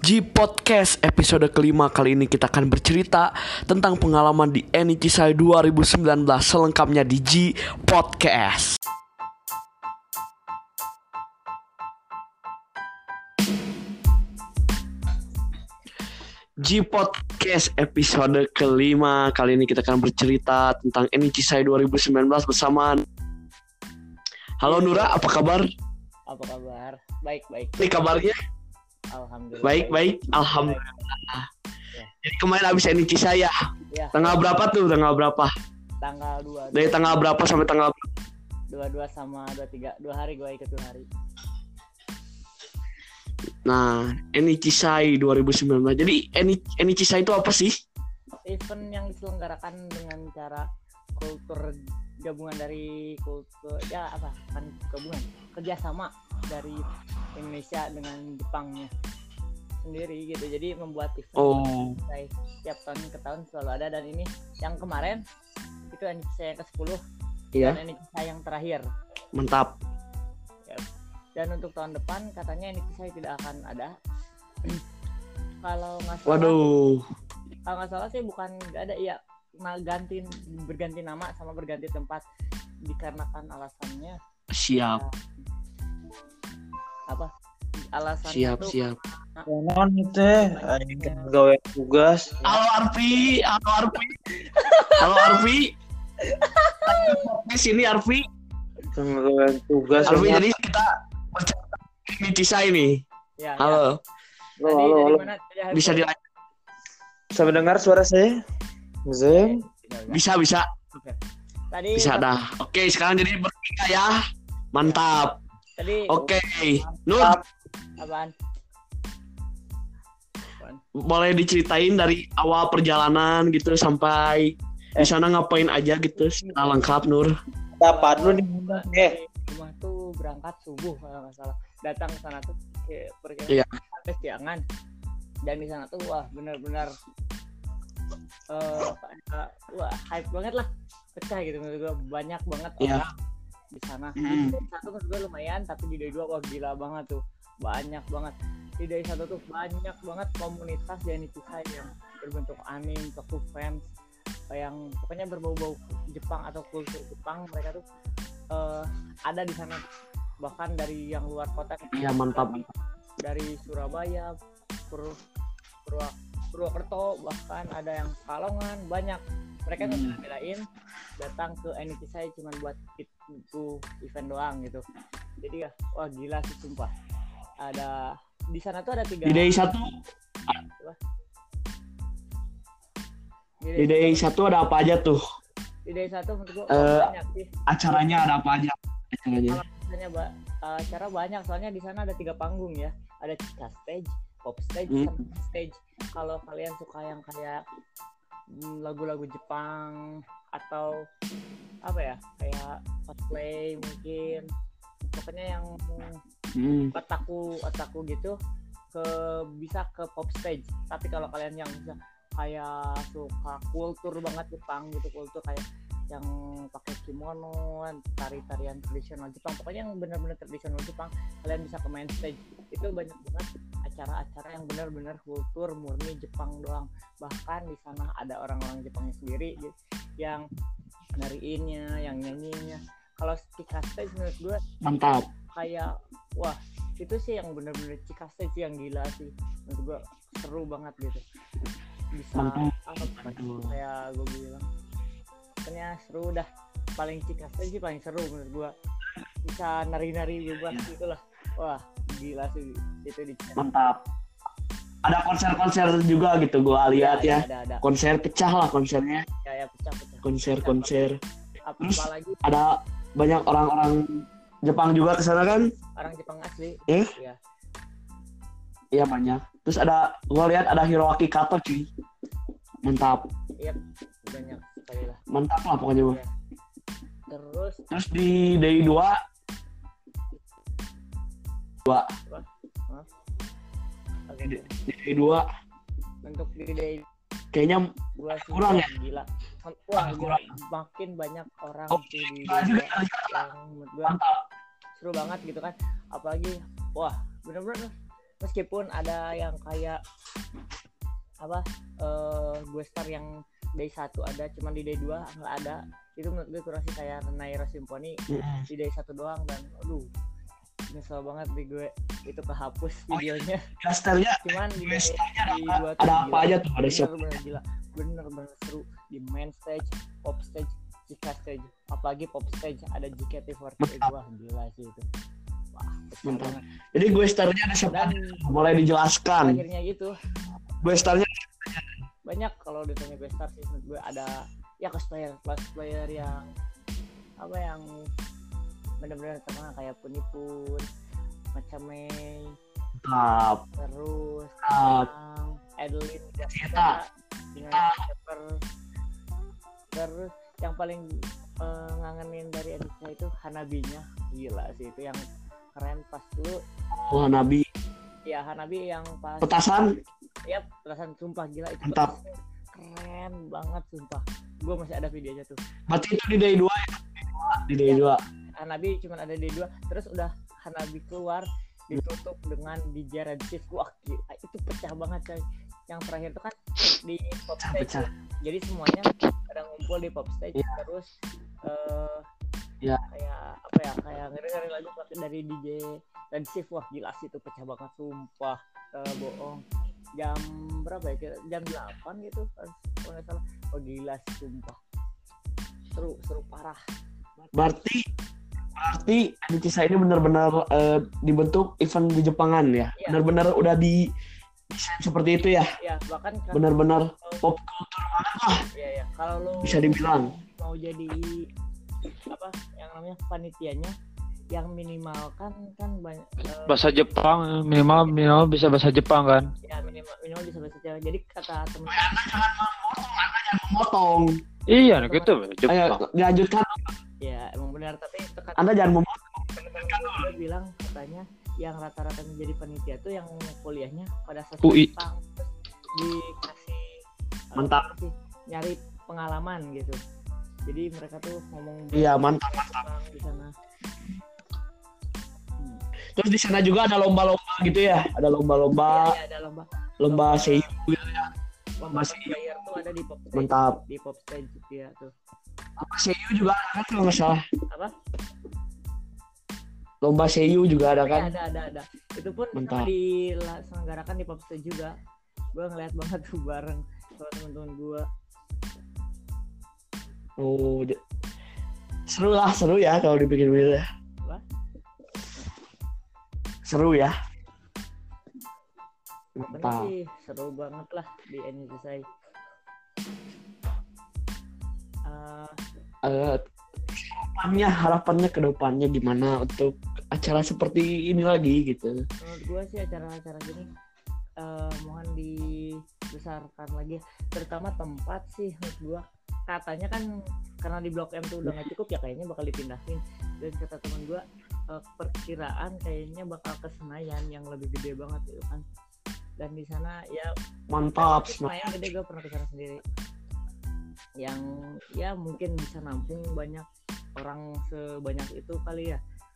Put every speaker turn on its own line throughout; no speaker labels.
G Podcast episode kelima. Kali ini kita akan bercerita tentang pengalaman di Enicisai 2019 selengkapnya di G Podcast. G Podcast episode kelima. Kali ini kita akan bercerita tentang Enicisai 2019 bersama. Halo Nura, apa kabar?
Apa kabar? Baik.
Ini kabarnya?
Alhamdulillah.
Baik. Alhamdulillah.
Ya.
Jadi kemarin abis Enicisai ya?
Ya.
Tanggal berapa tuh? Tanggal berapa?
Tanggal 2.
Dari tanggal berapa sampai tanggal
22 sama 23. 2 hari gue ikut 2 hari.
Nah, Enicisai 2019. Jadi Enicisai itu apa sih?
Event yang diselenggarakan dengan cara kultur gabungan dari kultur gabungan kerjasama dari Indonesia dengan Jepangnya sendiri gitu. Jadi membuat event setiap tahun ke tahun selalu ada, dan ini yang kemarin itu Enicisai yang ke-10 dan Enicisai yang terakhir.
Mantap.
Dan untuk tahun depan katanya Enicisai tidak akan ada. Kalau nggak salah.
Waduh.
Kalau nggak salah sih bukan nggak ada, ya berganti nama sama berganti tempat dikarenakan alasannya.
Siap.
Alasannya
Siap.
Non teh gawe tugas.
Halo Arfi. Di sini Arfi.
Gawe tugas.
Arfi, jadi kita bercerita Enicisai nih.
Ya,
Halo.
Halo.
Bisa dilanjut?
Bisa mendengar suara saya? Zeng.
Bisa.
Oke. Tadi
Bisa dah. Oke, sekarang jadi bertiga ya. Mantap.
Tadi
Oke. Nur,
apaan?
boleh diceritain dari awal perjalanan gitu sampai di sana ngapain aja gitu secara lengkap, Nur.
Apa lu nih?
Rumah tuh berangkat subuh kalau nggak salah. Datang ke sana tuh kayak
Iya.
sampai siangan. Dan di sana tuh benar-benar hype banget lah. Pecah gitu menurut gue, banyak banget orang di sana. Di day 1 menurut gue lumayan, tapi di day 2 wah gila banget tuh. Banyak banget. Di day 1 tuh banyak banget komunitas di Enicisai yang berbentuk anime, toku fans, yang pokoknya berbau-bau Jepang atau kultur Jepang. Mereka tuh ada di sana, bahkan dari yang luar kota.
Iya, mantap.
Dari Surabaya, Purwokerto, bahkan ada yang Pekalongan, banyak. Mereka nggak belain datang ke Enicisai cuma buat itu event doang gitu. Jadi ya, wah gila sih sumpah. Ada di sana tuh ada 3.
Di day 1 ada apa aja tuh?
Di day 1 menurut gua banyak sih.
Acaranya ada apa aja?
Kalau misalnya acara banyak, soalnya di sana ada 3 panggung ya. Ada Chica Stage, Pop Stage, sama Stage. Kalau kalian suka yang kayak lagu-lagu Jepang atau apa ya, kayak cosplay mungkin, pokoknya yang otaku gitu, bisa ke Pop Stage. Tapi kalau kalian yang bisa kayak suka kultur banget Jepang gitu, kultur kayak yang pakai kimono, tarian tradisional Jepang, pokoknya yang benar-benar tradisional Jepang, kalian bisa ke main stage. Itu banyak banget acara-acara yang benar-benar kultur murni Jepang doang. Bahkan di sana ada orang-orang Jepangnya sendiri yang nariinnya, yang nyanyinya. Kalau Chica Stage menurut gue
Mantap.
kayak wah, itu sih yang benar-benar Chica Stage yang gila sih menurut gue, seru banget gitu. Bisa kayak gue bilang, pokoknya seru dah. Paling Chica Stage sih paling seru menurut gue, bisa nari-nari bebas gitu lah. Wah gila sih itu di Chica.
Mantap. Ada konser-konser juga gitu gua lihat ya.
Ada.
Konser pecah lah konsernya.
Ya pecah.
Konser. Terus
Apalagi
ada banyak orang-orang Jepang juga ke sana kan?
orang Jepang asli.
Iya. Iya banyak. Terus gua lihat ada Hiroaki Kato cuy. Mantap.
Iya, banyak sekali lah.
Mantap lah pokoknya mah.
Ya. Terus
di day 2
Oke.
di day 2
Untuk di day
kayaknya
gua sih
kurang ya?
Gila. Wah, gila. Makin banyak orang sih di day 2 yang menurut gua seru banget gitu kan. Apalagi wah bener-bener meskipun ada yang kayak apa gue star yang day 1 ada, cuman di day 2 nggak ada. Itu menurut gue kurang sih, kayak Nairo Symphony di day 1 doang, dan aduh nyesel banget di gue itu kehapus videonya.
Gastarnya
Cuman di
ada
2 tuh
apa
gila,
aja tuh, ada siapa?
bener-bener gila, bener-bener seru di main stage, pop stage, JK stage, apalagi pop stage ada JKT48. Wah gila sih itu, wah pecah
Mantap.
banget.
Jadi gue starnya ada siapa?
Dan
Mulai dijelaskan.
akhirnya gitu
Gue starnya
banyak. Kalau ditanya gue star sih menurut gue ada ya cosplayer yang apa, yang benar-benar terkenal kayak Punipun, macam Mei,
mantap.
terus
Mantap.
Adeline,
Sita.
dengan Pepper. Terus yang paling ngangenin dari Anissa itu Hanabinya, gila sih itu yang keren pas lu
Wah, Nabi.
ya, Hanabi yang pas
Petasan.
ya perasaan sumpah gila itu
Mantap.
petasannya keren banget sumpah. Gue masih ada videonya tuh.
Berarti itu di day 2 ya? Di day 2.
Hanabi cuma ada di 2, terus udah Hanabi keluar ditutup dengan DJ Red Shift. Wah gila, itu pecah banget coy. Yang terakhir tuh kan di pop stage.
Pecah.
Jadi semuanya pada ngumpul di pop stage, terus
Ya.
kayak apa ya, kayak ngeri lagu pakai dari DJ Red Shift. Wah gila sih itu pecah banget sumpah, bohong. Jam berapa ya, jam 8 gitu kalau nggak salah. Oh gila sih sumpah, seru parah.
Berarti Anissa ini benar-benar dibentuk event di Jepangan ya?
Iya.
Benar-benar udah di desain seperti itu ya?
Ya bahkan kan
Benar-benar pop culture banget lah,
ya kalau lo
bisa dibilang.
mau jadi apa yang namanya panitianya, yang minimal kan banyak
Bahasa Jepang minimal bisa bahasa Jepang kan?
ya minimal bisa bahasa Jawa. Jadi kata temen
Jangan memotong.
Iya gitu
Ayo
Jepang.
dilanjutkan.
ya emang benar, tapi itu kata
Anda jangan memotong.
temen-temen gue bilang katanya yang rata-rata menjadi panitia tuh yang kuliahnya pada sastra
UI.
Jepang, terus dikasih
Mantap.
apa sih, nyari pengalaman gitu. Jadi mereka tuh ngomong
Iya, mantap.
Jepang di sana.
Terus di sana juga ada lomba-lomba gitu ya? Ada lomba-lomba,
Iya, ada lomba
lomba seiyu gitu ya.
lomba
Masih-
player tuh ada di pop stage.
Mantap.
Di pop stage dia tuh.
Lomba seiyu juga ada kan kalau nggak salah.
Apa?
Lomba seiyu juga ada kan?
Iya, ada. Itu pun
Mantap.
diselenggarakan di pop stage juga. Gue ngeliat banget tuh bareng sama teman-teman gue.
Oh, seru ya kalau dipikir-pikir ya.
Apa?
Seru ya.
Bener
Mantap.
sih, seru banget lah di NJSI.
Harapannya ke depannya gimana untuk acara seperti ini lagi gitu.
Menurut gue sih acara-acara gini mohon dibesarkan lagi, terutama tempat sih. Menurut gue katanya kan karena di Blok M tuh udah nggak cukup ya, kayaknya bakal dipindahin. Dan kata teman gue perkiraan kayaknya bakal ke Senayan yang lebih gede banget gitu kan. Dan di sana ya
Mantap.
Senayan gede, gue pernah ke sana sendiri. Yang ya mungkin bisa nampung banyak orang sebanyak itu kali ya.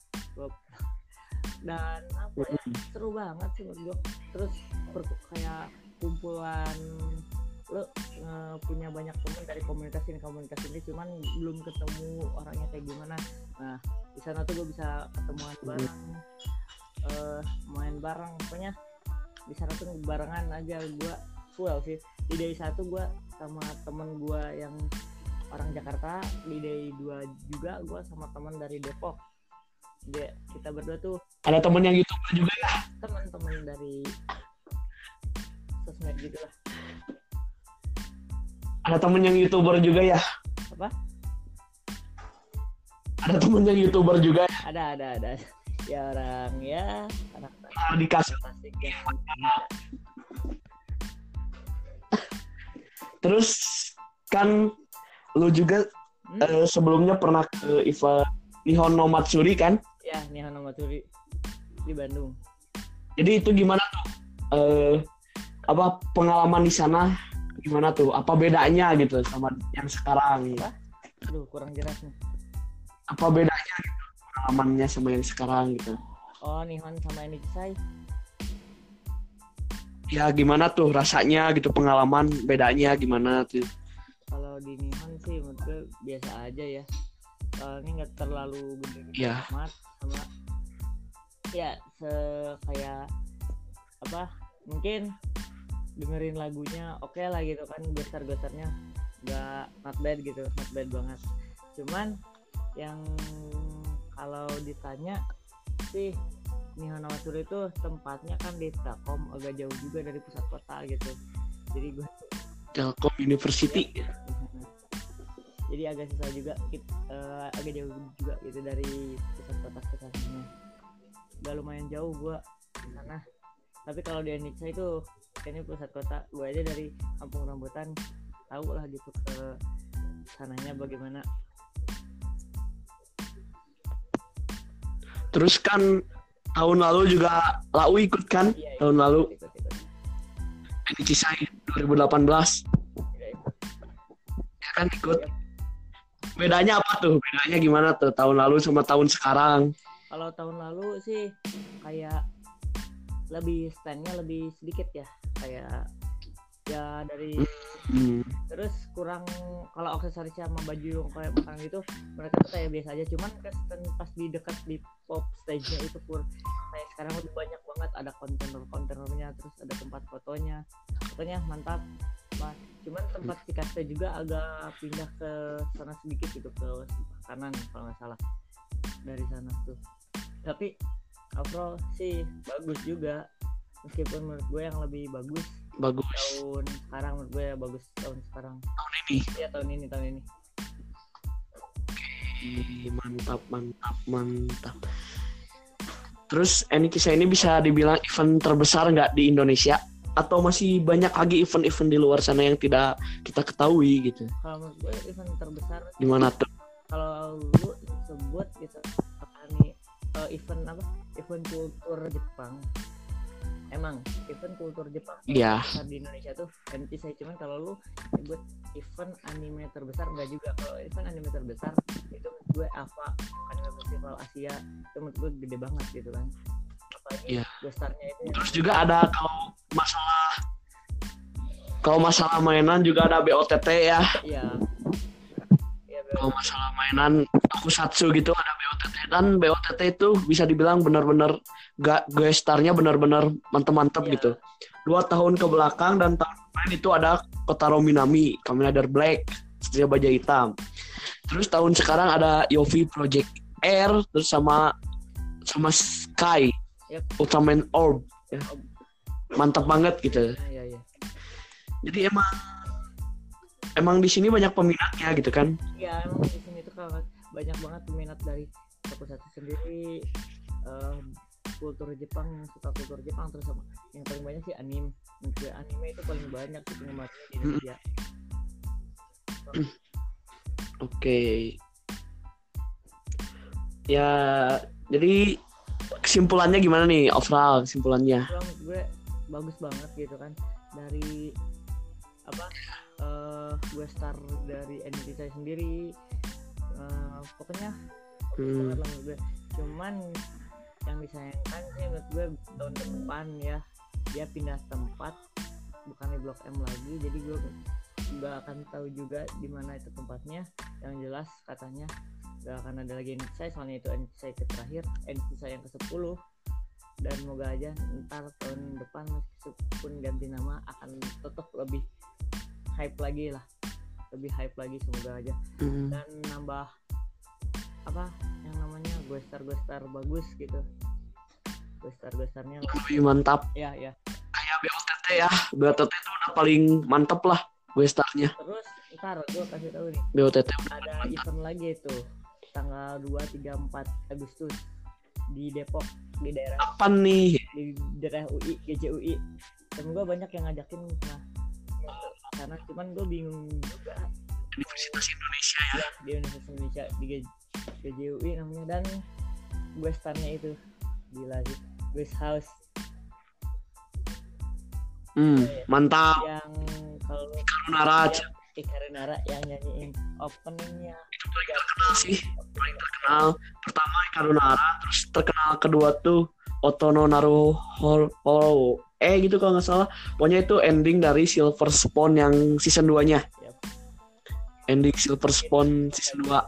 Dan apa ya, seru banget sih menurut gue. Terus kayak kumpulan lo punya banyak teman dari komunitas ini, cuman belum ketemu orangnya kayak gimana. Nah di sana tuh gue bisa ketemuan bareng, main bareng, pokoknya di sana tuh barengan aja. Gue full sih di day 1 gue sama temen gue yang orang Jakarta, di day 2 juga gue sama teman dari Depok. Kita berdua tuh
Ada temen yang YouTuber juga ya?
teman-teman dari sosmed gitu lah.
Ada temen yang YouTuber juga ya?
Apa?
Ada temen yang YouTuber juga ya?
Ada ya, orang ya anak-anak
Dikasih.
asik ya.
Terus kan lu juga sebelumnya pernah ke event Nihon no Matsuri kan?
Ya, Nihon no Matsuri di Bandung.
Jadi itu gimana tuh? Apa pengalaman di sana gimana tuh? Apa bedanya gitu sama yang sekarang?
Aduh, kurang jelas nih.
Apa bedanya gitu, pengalamannya sama yang sekarang gitu?
Oh, Nihon sama NHSI.
Ya gimana tuh rasanya gitu, pengalaman bedanya gimana tuh?
Kalau di Nihon sih menurut gue biasa aja ya. Soalnya nggak terlalu gede-gede
Ya.
amat, sama ya kayak apa, mungkin dengerin lagunya oke lah gitu kan, geser-gesernya nggak not bad gitu, not bad banget. Cuman yang kalau ditanya sih, Nihon Matsuri itu tempatnya kan di Telkom, agak jauh juga dari pusat kota gitu. Jadi gue
Telkom University.
jadi agak susah juga, agak jauh juga gitu dari pusat kota ke sananya. Udah lumayan jauh gue di sana. Tapi kalau di Indonesia itu kayaknya pusat kota, gue aja dari Kampung Rambutan tahu lah gitu ke sananya bagaimana.
Terus kan tahun lalu juga Lau ikut kan?
Iya,
Tahun lalu
ikut.
NICISAI 2018.
Iya, ikut.
Ya kan ikut. Bedanya apa tuh? Bedanya gimana tuh tahun lalu sama tahun sekarang?
Kalau tahun lalu sih kayak lebih standnya lebih sedikit ya, kayak ya dari terus kurang, kalau aksesoris sama baju yang kayak makanan gitu mereka tuh kayak biasa aja. Cuman pas di dekat di pop stage-nya itu kayak sekarang lebih banyak banget, ada kontainer-kontainernya, terus ada tempat fotonya mantap. Cuman tempat si cafe juga agak pindah ke sana sedikit gitu, ke kanan kalau nggak salah dari sana tuh. Tapi overall sih bagus juga, meskipun menurut gue yang lebih bagus tahun sekarang, menurut gue ya bagus tahun sekarang.
Tahun ini.
Iya, tahun ini.
Mantap. Terus NICISAI ini bisa dibilang event terbesar nggak di Indonesia? Atau masih banyak lagi event-event di luar sana yang tidak kita ketahui gitu?
Kalau menurut gue event terbesar
Gimana tuh?
kalau lu sebut gitu nih, event kultur Jepang. Emang event kultur Jepang
Iya.
terbesar di Indonesia tuh NICISAI. Cuman kalau lu sebut event anime terbesar, enggak juga. Kalau event anime terbesar itu menurut gue AVA, Anime Festival Asia, itu menurut gue gede banget gitu kan. Apalagi besarnya itu.
Terus juga ada kalau masalah mainan juga ada BOTT ya.
Iya.
Kalau masalah mainan tokusatsu gitu ada BOTT, dan BOTT itu bisa dibilang benar-benar gestarnya benar-benar mantep-mantep gitu. 2 tahun ke belakang dan tahun kemarin itu ada Kotaro Minami, Kamen Rider Black, Satria Baja Hitam. Terus tahun sekarang ada Yofi Project R, terus sama Sky, Ultraman Orb. Ya. Mantap banget gitu.
Iya.
Jadi emang di sini banyak peminatnya gitu kan?
Iya, emang di sini tuh kalau banyak banget peminat dari tokusatsu sendiri, kultur Jepang, yang suka kultur Jepang, terus sama yang paling banyak sih anime. Menurut anime itu paling banyak sih penggemarnya di Indonesia.
Oke. Ya, jadi kesimpulannya gimana nih, overall kesimpulannya?
Menurut gue bagus banget gitu kan, dari gue start dari NICISAI sendiri, pokoknya bagus banget lah menurut gue. Cuman yang disayangkan sih menurut gue tahun depan ya dia pindah tempat, bukan di Blok M lagi, jadi gue nggak akan tahu juga di mana itu tempatnya. Yang jelas katanya nggak akan ada lagi NICISAI, soalnya itu NICISAI terakhir, NICISAI yang ke-10. Dan moga aja ntar tahun depan meskipun ganti nama akan tetap lebih hype lagi, semoga aja. Dan nambah yang namanya gue star bagus gitu, gue starnya
lebih mantap.
Ya
Kayak BOTT ya, BOTT itu udah paling mantap lah gue starnya.
Terus ntar gue kasih tahu nih,
BOTT
ada event lagi itu tanggal 2, 3, 4 Agustus di Depok, di daerah
apa nih?
Di daerah UI, GJUI. Dan gue banyak yang ngajakin karena cuman gue bingung juga.
Universitas Indonesia ya.
Di Universitas Indonesia di GJUI namanya, dan gue starnya itu gila sih, Guest House.
Mantap.
Yang kalau Ikarinara yang nyanyiin openingnya
itu paling terkenal sih, paling terkenal. Pertama Ikarinara, terus terkenal kedua tuh Otono Naruhodo gitu kalau nggak salah. Pokoknya itu ending dari Silver Spoon yang season 2-nya.
Yap.
Ending Silver Spoon season 2.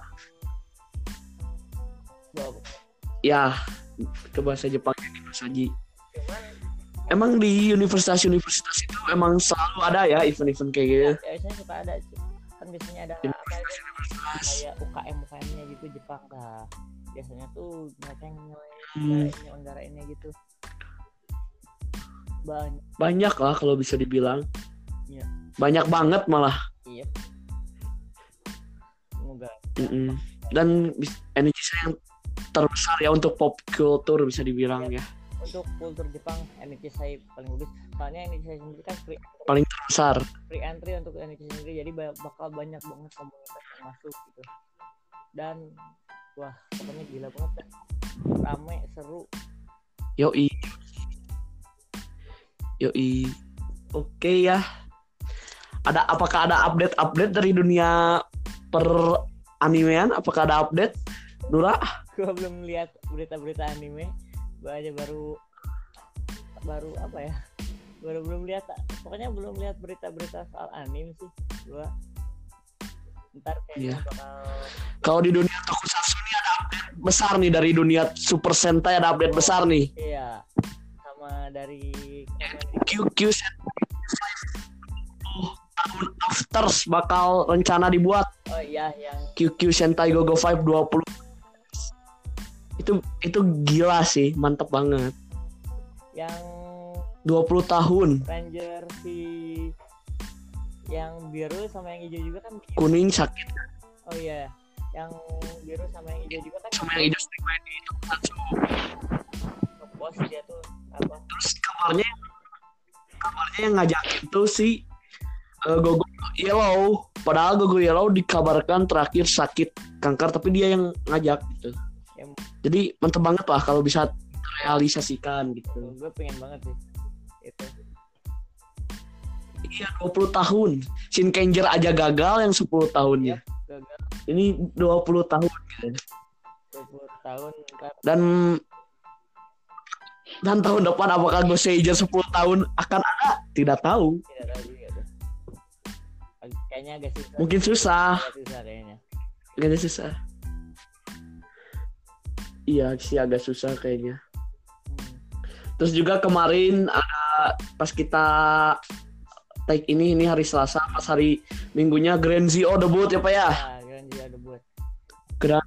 Gua-
Ya, ke bahasa Jepangnya di Masaji.
Cuman
Emang di universitas-universitas itu emang selalu ada ya event-event kayak gitu.
ya biasanya suka ada sih. Kan biasanya ada apa itu kayak UKM-nya gitu Jepang. Nah, biasanya tuh mereka yang nyelenggarainnya gitu.
Banyak lah kalau bisa dibilang.
Iya.
Banyak banget malah.
Iya. Semoga
Dan energi saya yang terbesar ya untuk pop culture bisa dibilang ya.
untuk kultur Jepang NHK saya paling bagus. Soalnya NHK saya sendiri kan
Paling terbesar.
free entry untuk NHK sendiri, jadi bakal banyak banget komunitas yang masuk gitu. Dan wah, pokoknya gila banget kan. Rame, seru.
Yoi. Oke ya. Apakah ada update dari dunia per animean? Apakah ada update? Nura?
Gua belum lihat berita-berita anime. Gua aja baru apa ya? Belum lihat. Pokoknya belum lihat berita-berita soal anime sih. Gua ntar kayaknya bakal.
Kalau di dunia tokusatsu ini ada update besar nih, dari dunia Super Sentai ada update besar nih.
Iya. Sama dari
QQ Sentai tahun Afters bakal rencana dibuat.
oh iya yang
QQ Sentai Go Go 5 20. Itu gila sih, mantep banget.
yang
20 tahun.
Ranger si yang biru sama yang hijau juga kan.
Kuning sakit
Oh iya, yang biru sama yang hijau juga kan.
sama yang hijau sering main di tokusatsu.
Bos dia tuh apa?
Terus kabarnya yang ngajakin tuh si Gogo Yellow. Padahal Gogo Yellow dikabarkan terakhir sakit kanker, tapi dia yang ngajak gitu. Jadi mantep banget lah kalau bisa realisasikan gitu.
Gue pengen banget sih itu.
Iya, 20 tahun. Shinkenger aja gagal yang 10 tahunnya.
Gagal
Ini 20 tahun gitu.
20 tahun ntar.
Dan tahun depan apakah Goseiger 10 tahun akan ada? Tidak tahu.
Tidak tahu juga tuh. Kayaknya agak susah.
Mungkin susah.
Agak susah kayaknya.
Kayaknya susah. Iya sih, agak susah kayaknya. Terus juga kemarin ada pas kita take ini hari Selasa, pas hari Minggunya Grand Zio debut ya Pak ya.
Grand Zio debut.
Grand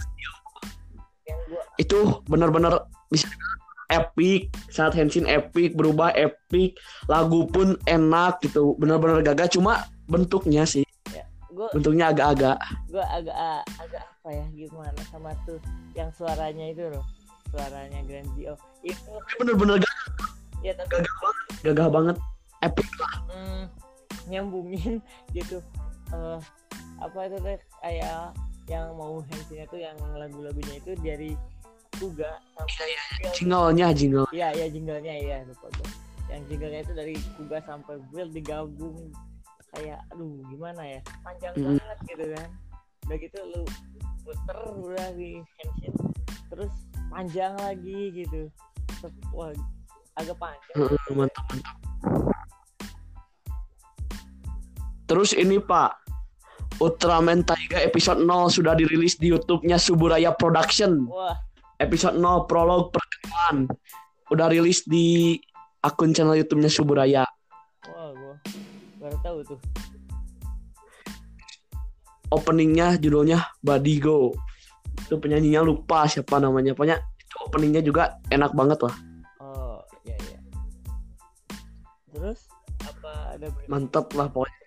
itu benar-benar bisa epic. Saat Henshin epic, berubah epic, lagu pun enak gitu, benar-benar gagah. Cuma bentuknya sih, bentuknya agak-agak.
Gue agak apa ya, gimana sama tuh yang suaranya itu loh, suaranya Grand Zio itu
bener-bener gagah.
Ya tapi
gagah banget, epic lah.
Nyambungin gitu. Apa itu teh, kayak yang mau Henshin itu yang lagu-lagunya itu dari Kuga sampai
jingle.
Iya jinglenya ya, lupa gue. Yang jinglenya itu dari Kuga sampai Will digabung, kayak aduh gimana ya, panjang banget gitu kan. Udah gitu lu puter udah di Henshin, terus panjang lagi gitu. Wah agak panjang.
Mantap. Terus ini Pak, Ultraman Taiga episode 0 sudah dirilis di YouTube-nya Suburaya Production.
Wah.
Episode 0 prolog perkenalan udah rilis di akun channel YouTube-nya Suburaya.
Wah, gua baru tahu tuh.
Openingnya judulnya Badigo. Itu penyanyinya lupa siapa namanya. Pokoknya itu openingnya juga enak banget lah.
Oh, iya. Terus apa ada
mantap lah pokoknya.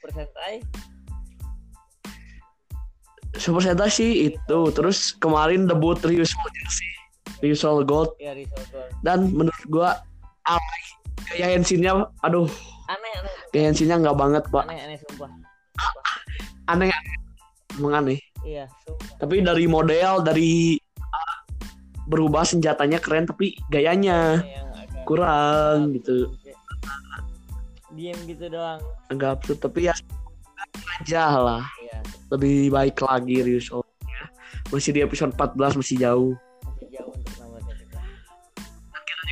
Super Sentai sih itu. Terus kemarin debut Ryu Soldier sih, Ryu Soul Gold.
Ya, Ryu Soul Gold.
Dan menurut gua alay, gaya Henshin-nya aduh.
Aneh.
Gaya Henshin-nya enggak banget, Pak.
Aneh sumpah.
Aneh. Emang aneh.
Iya, sumpah.
Tapi dari model, dari berubah senjatanya keren, tapi gayanya kurang gitu.
Diem gitu doang.
Agak absurd, tapi ya aja lah.
Iya.
Lebih baik lagi Ryu Soldier. Masih di episode 14, masih jauh.
Masih jauh untuk namatnya kita.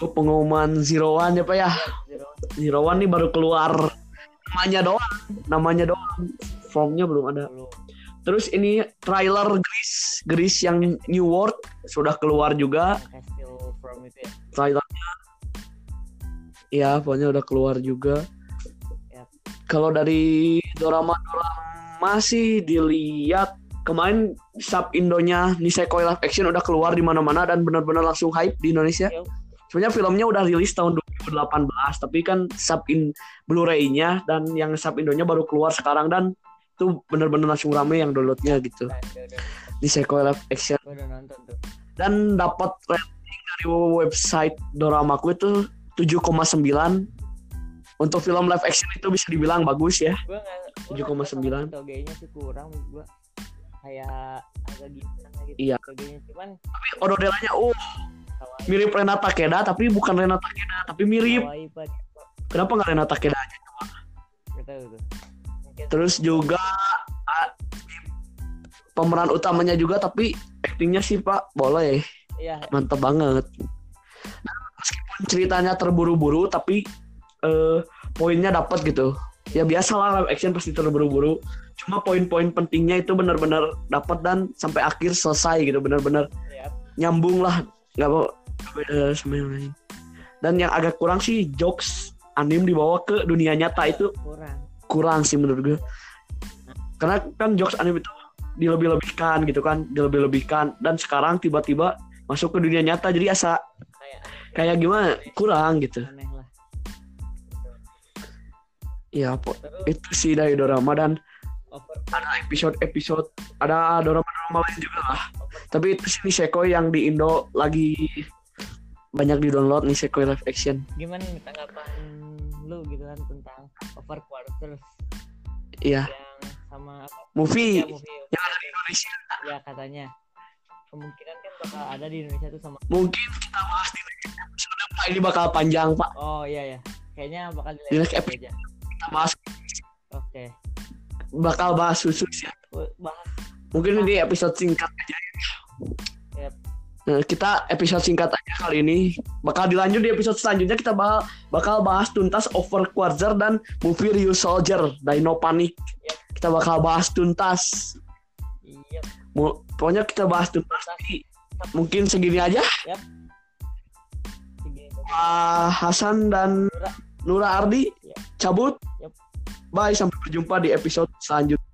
pengumuman Zero One ya Pak ya.
Zero.
Zero One nih baru keluar namanya doang. Formnya belum ada.
Dulu.
Terus ini trailer Grease yang New World sudah keluar juga.
Castle from itu ya.
Trailernya. Ya, pokoknya udah keluar juga.
Yap.
Kalau dari drama sih dilihat kemarin sub Indonya Nisekoi Live Action udah keluar di mana-mana dan benar-benar langsung hype di Indonesia.
Yap.
Sebenarnya filmnya udah rilis tahun 2018, tapi kan sub in Blu-ray-nya dan yang sub Indonya baru keluar sekarang dan itu benar-benar langsung rame yang downloadnya gitu. Nisekoi Live Action.
Gue udah nonton tuh.
Dan dapat rating dari website Doramaku itu 7,9. Untuk film live action itu bisa dibilang bagus ya.
Gue nggak
7,9.
Togenya sih kurang menurut gue. Kayak agak gimana gitu.
Iya.
Togenya cuman
Tapi ododelanya
kawaii.
mirip Renata Takeda tapi bukan Renata Takeda tapi mirip.
Kawaii Pak.
Kenapa nggak Renata Takeda aja?
Gak tahu tuh. Mungkin
Terus juga pemeran utamanya juga tapi aktingnya sih Pak boleh,
iya
mantep banget. Nah, meskipun ceritanya terburu-buru tapi poinnya dapat gitu. Ya biasalah live action pasti terburu-buru. Cuma poin-poin pentingnya itu benar-benar dapat dan sampai akhir selesai gitu, benar-benar
ya.
nyambung lah, nggak beda sama yang lain. Dan yang agak kurang sih jokes anime dibawa ke dunia nyata itu kurang sih menurut gue. Karena kan jokes anime itu dilebih-lebihkan gitu kan, dilebih-lebihkan dan sekarang tiba-tiba masuk ke dunia nyata jadi asa kayak gimana kurang gitu.
Aneh lah.
Ya itu sih dari dorama dan
Over.
ada episode ada dorama-dorama lain juga lah. Tapi itu sih Nisekoi yang di Indo lagi banyak di download Nisekoi Live Action.
Gimana nih tanggapan lu gitu kan tentang Over Quarters
Iya,
yang sama apa?
movie
Ya, movie
yang ada di Indonesia.
ya katanya kemungkinan kan bakal ada di Indonesia tuh sama.
Mungkin kita bahas di next episode Pak, ini bakal panjang Pak.
Oh iya ya, kayaknya bakal
Di next
aja.
Kita bahas
Oke.
bakal bahas khusus ya.
Bahas.
Mungkin ini episode singkat aja.
Yep.
Nah, kita episode singkat aja kali ini. Bakal dilanjut di episode selanjutnya kita bakal bahas tuntas Over Quarter dan movie Real Soldier Dino Panic.
Yep.
Kita bakal bahas tuntas.
Iya.
Pokoknya kita bahas tuntas. Mungkin segini aja.
Yep.
Hasan dan Nura Ardi
Yep.
cabut.
Yep.
Bye, sampai berjumpa di episode selanjutnya.